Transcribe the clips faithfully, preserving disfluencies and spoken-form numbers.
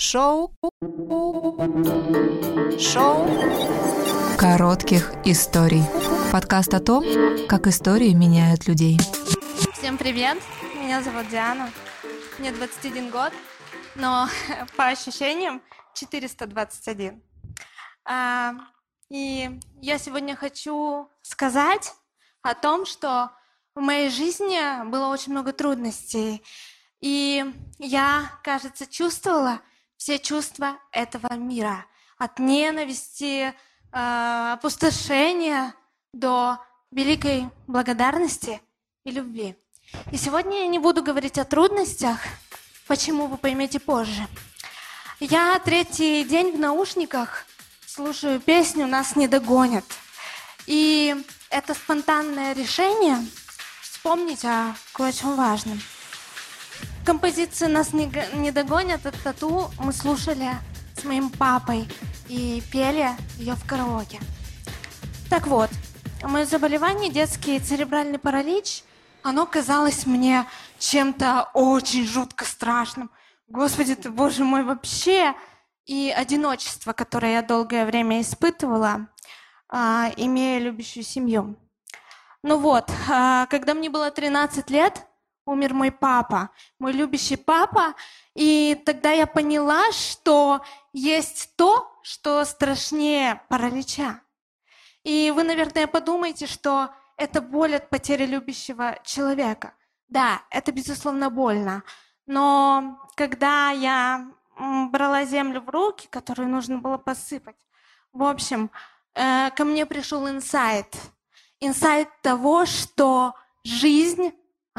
Шоу. Шоу коротких историй. Подкаст о том, как истории меняют людей. Всем привет, меня зовут Диана, мне двадцать один год, но по ощущениям четыреста двадцать один. А, и я сегодня хочу сказать о том, что в моей жизни было очень много трудностей, и я, кажется, чувствовала все чувства этого мира, от ненависти, э, опустошения до великой благодарности и любви. И сегодня я не буду говорить о трудностях, почему вы поймете позже. Я третий день в наушниках слушаю песню «Нас не догонят». И это спонтанное решение вспомнить о кое-чем важном. Композицию «Нас не, не догонят» от Тату мы слушали с моим папой и пели ее в караоке. Так вот, мое заболевание, детский церебральный паралич, оно казалось мне чем-то очень жутко страшным. Господи ты, Боже мой, вообще! И одиночество, которое я долгое время испытывала, а, имея любящую семью. Ну вот, а, когда мне было тринадцать лет, умер мой папа, мой любящий папа, и тогда я поняла, что есть то, что страшнее паралича. И вы, наверное, подумаете, что это боль от потери любящего человека. Да, это, безусловно, больно, но когда я брала землю в руки, которую нужно было посыпать, в общем, э, ко мне пришел инсайт. Инсайт того, что жизнь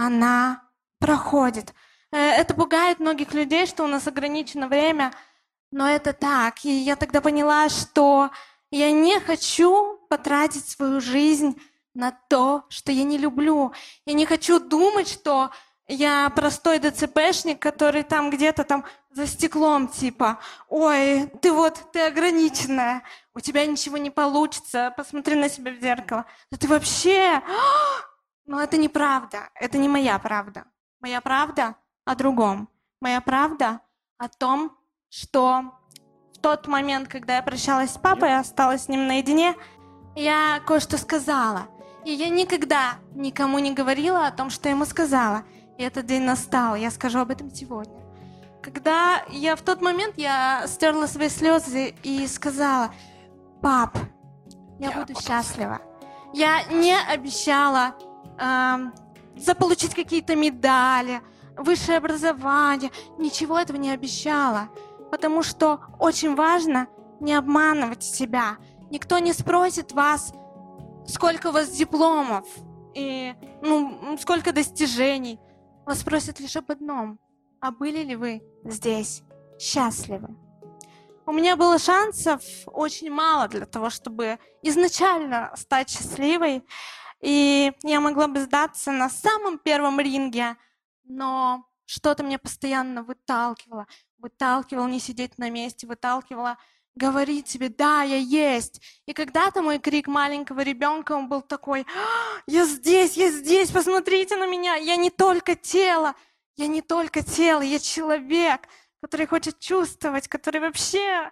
она проходит. Это пугает многих людей, что у нас ограничено время, но это так. И я тогда поняла, что я не хочу потратить свою жизнь на то, что я не люблю. Я не хочу думать, что я простой ДЦПшник, который там где-то там за стеклом, типа, ой, ты вот, ты ограниченная, у тебя ничего не получится, посмотри на себя в зеркало. Да ты вообще... Но это неправда, это не моя правда. Моя правда о другом. Моя правда о том, что в тот момент, когда я прощалась с папой, осталась с ним наедине, я кое-что сказала. И я никогда никому не говорила о том, что я ему сказала. И этот день настал, я скажу об этом сегодня. Когда я в тот момент, я стерла свои слезы и сказала: пап, я буду счастлива. Я не обещала Э, заполучить какие-то медали, высшее образование. Ничего этого не обещала. Потому что очень важно не обманывать себя. Никто не спросит вас, сколько у вас дипломов и ну, сколько достижений. Вас спросят лишь об одном: а были ли вы здесь счастливы? У меня было шансов очень мало для того, чтобы изначально стать счастливой. И я могла бы сдаться на самом первом ринге, но что-то меня постоянно выталкивало. Выталкивало не сидеть на месте, выталкивало говорить себе: да, я есть. И когда-то мой крик маленького ребенка, он был такой: я здесь, я здесь, посмотрите на меня. Я не только тело, я не только тело, я человек, который хочет чувствовать, который вообще...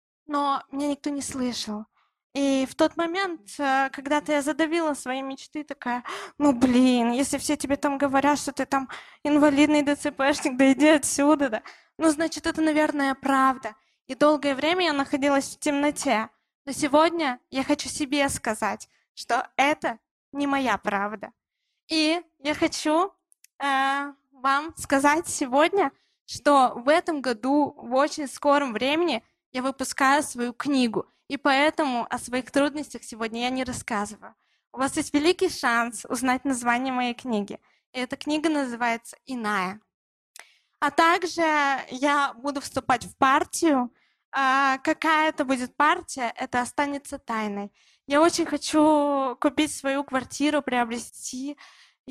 Но меня никто не слышал. И в тот момент, когда-то я задавила свои мечты, такая: ну блин, если все тебе там говорят, что ты там инвалидный ДЦПшник, да иди отсюда, да. Ну, значит, это, наверное, правда. И долгое время я находилась в темноте. Но сегодня я хочу себе сказать, что это не моя правда. И я хочу э, вам сказать сегодня, что в этом году, в очень скором времени, я выпускаю свою книгу. И поэтому о своих трудностях сегодня я не рассказываю. У вас есть великий шанс узнать название моей книги. И эта книга называется «Иная». А также я буду вступать в партию. А какая это будет партия, это останется тайной. Я очень хочу купить свою квартиру, приобрести.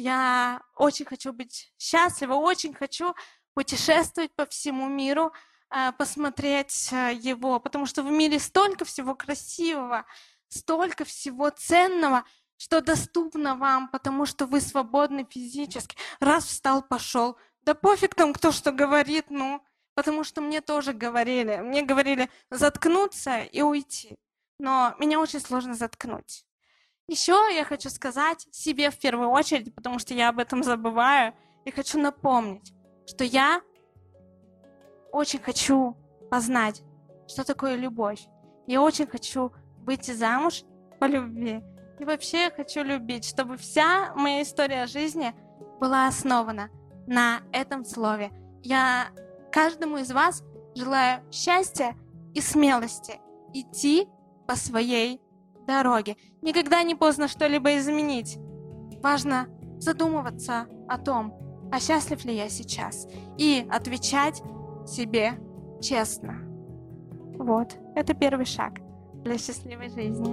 Я очень хочу быть счастлива, очень хочу путешествовать по всему миру, посмотреть его, потому что в мире столько всего красивого, столько всего ценного, что доступно вам, потому что вы свободны физически. Раз встал, пошел. Да пофиг там, кто что говорит, ну, потому что мне тоже говорили, мне говорили заткнуться и уйти, но меня очень сложно заткнуть. Еще я хочу сказать себе в первую очередь, потому что я об этом забываю, и хочу напомнить, что я очень хочу познать, что такое любовь. Я очень хочу выйти замуж по любви. И вообще я хочу любить, чтобы вся моя история жизни была основана на этом слове. Я каждому из вас желаю счастья и смелости идти по своей дороге. Никогда не поздно что-либо изменить. Важно задумываться о том, а счастлив ли я сейчас, и отвечать себе честно. Вот, это первый шаг для счастливой жизни.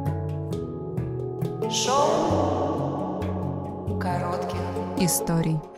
Шоу коротких историй.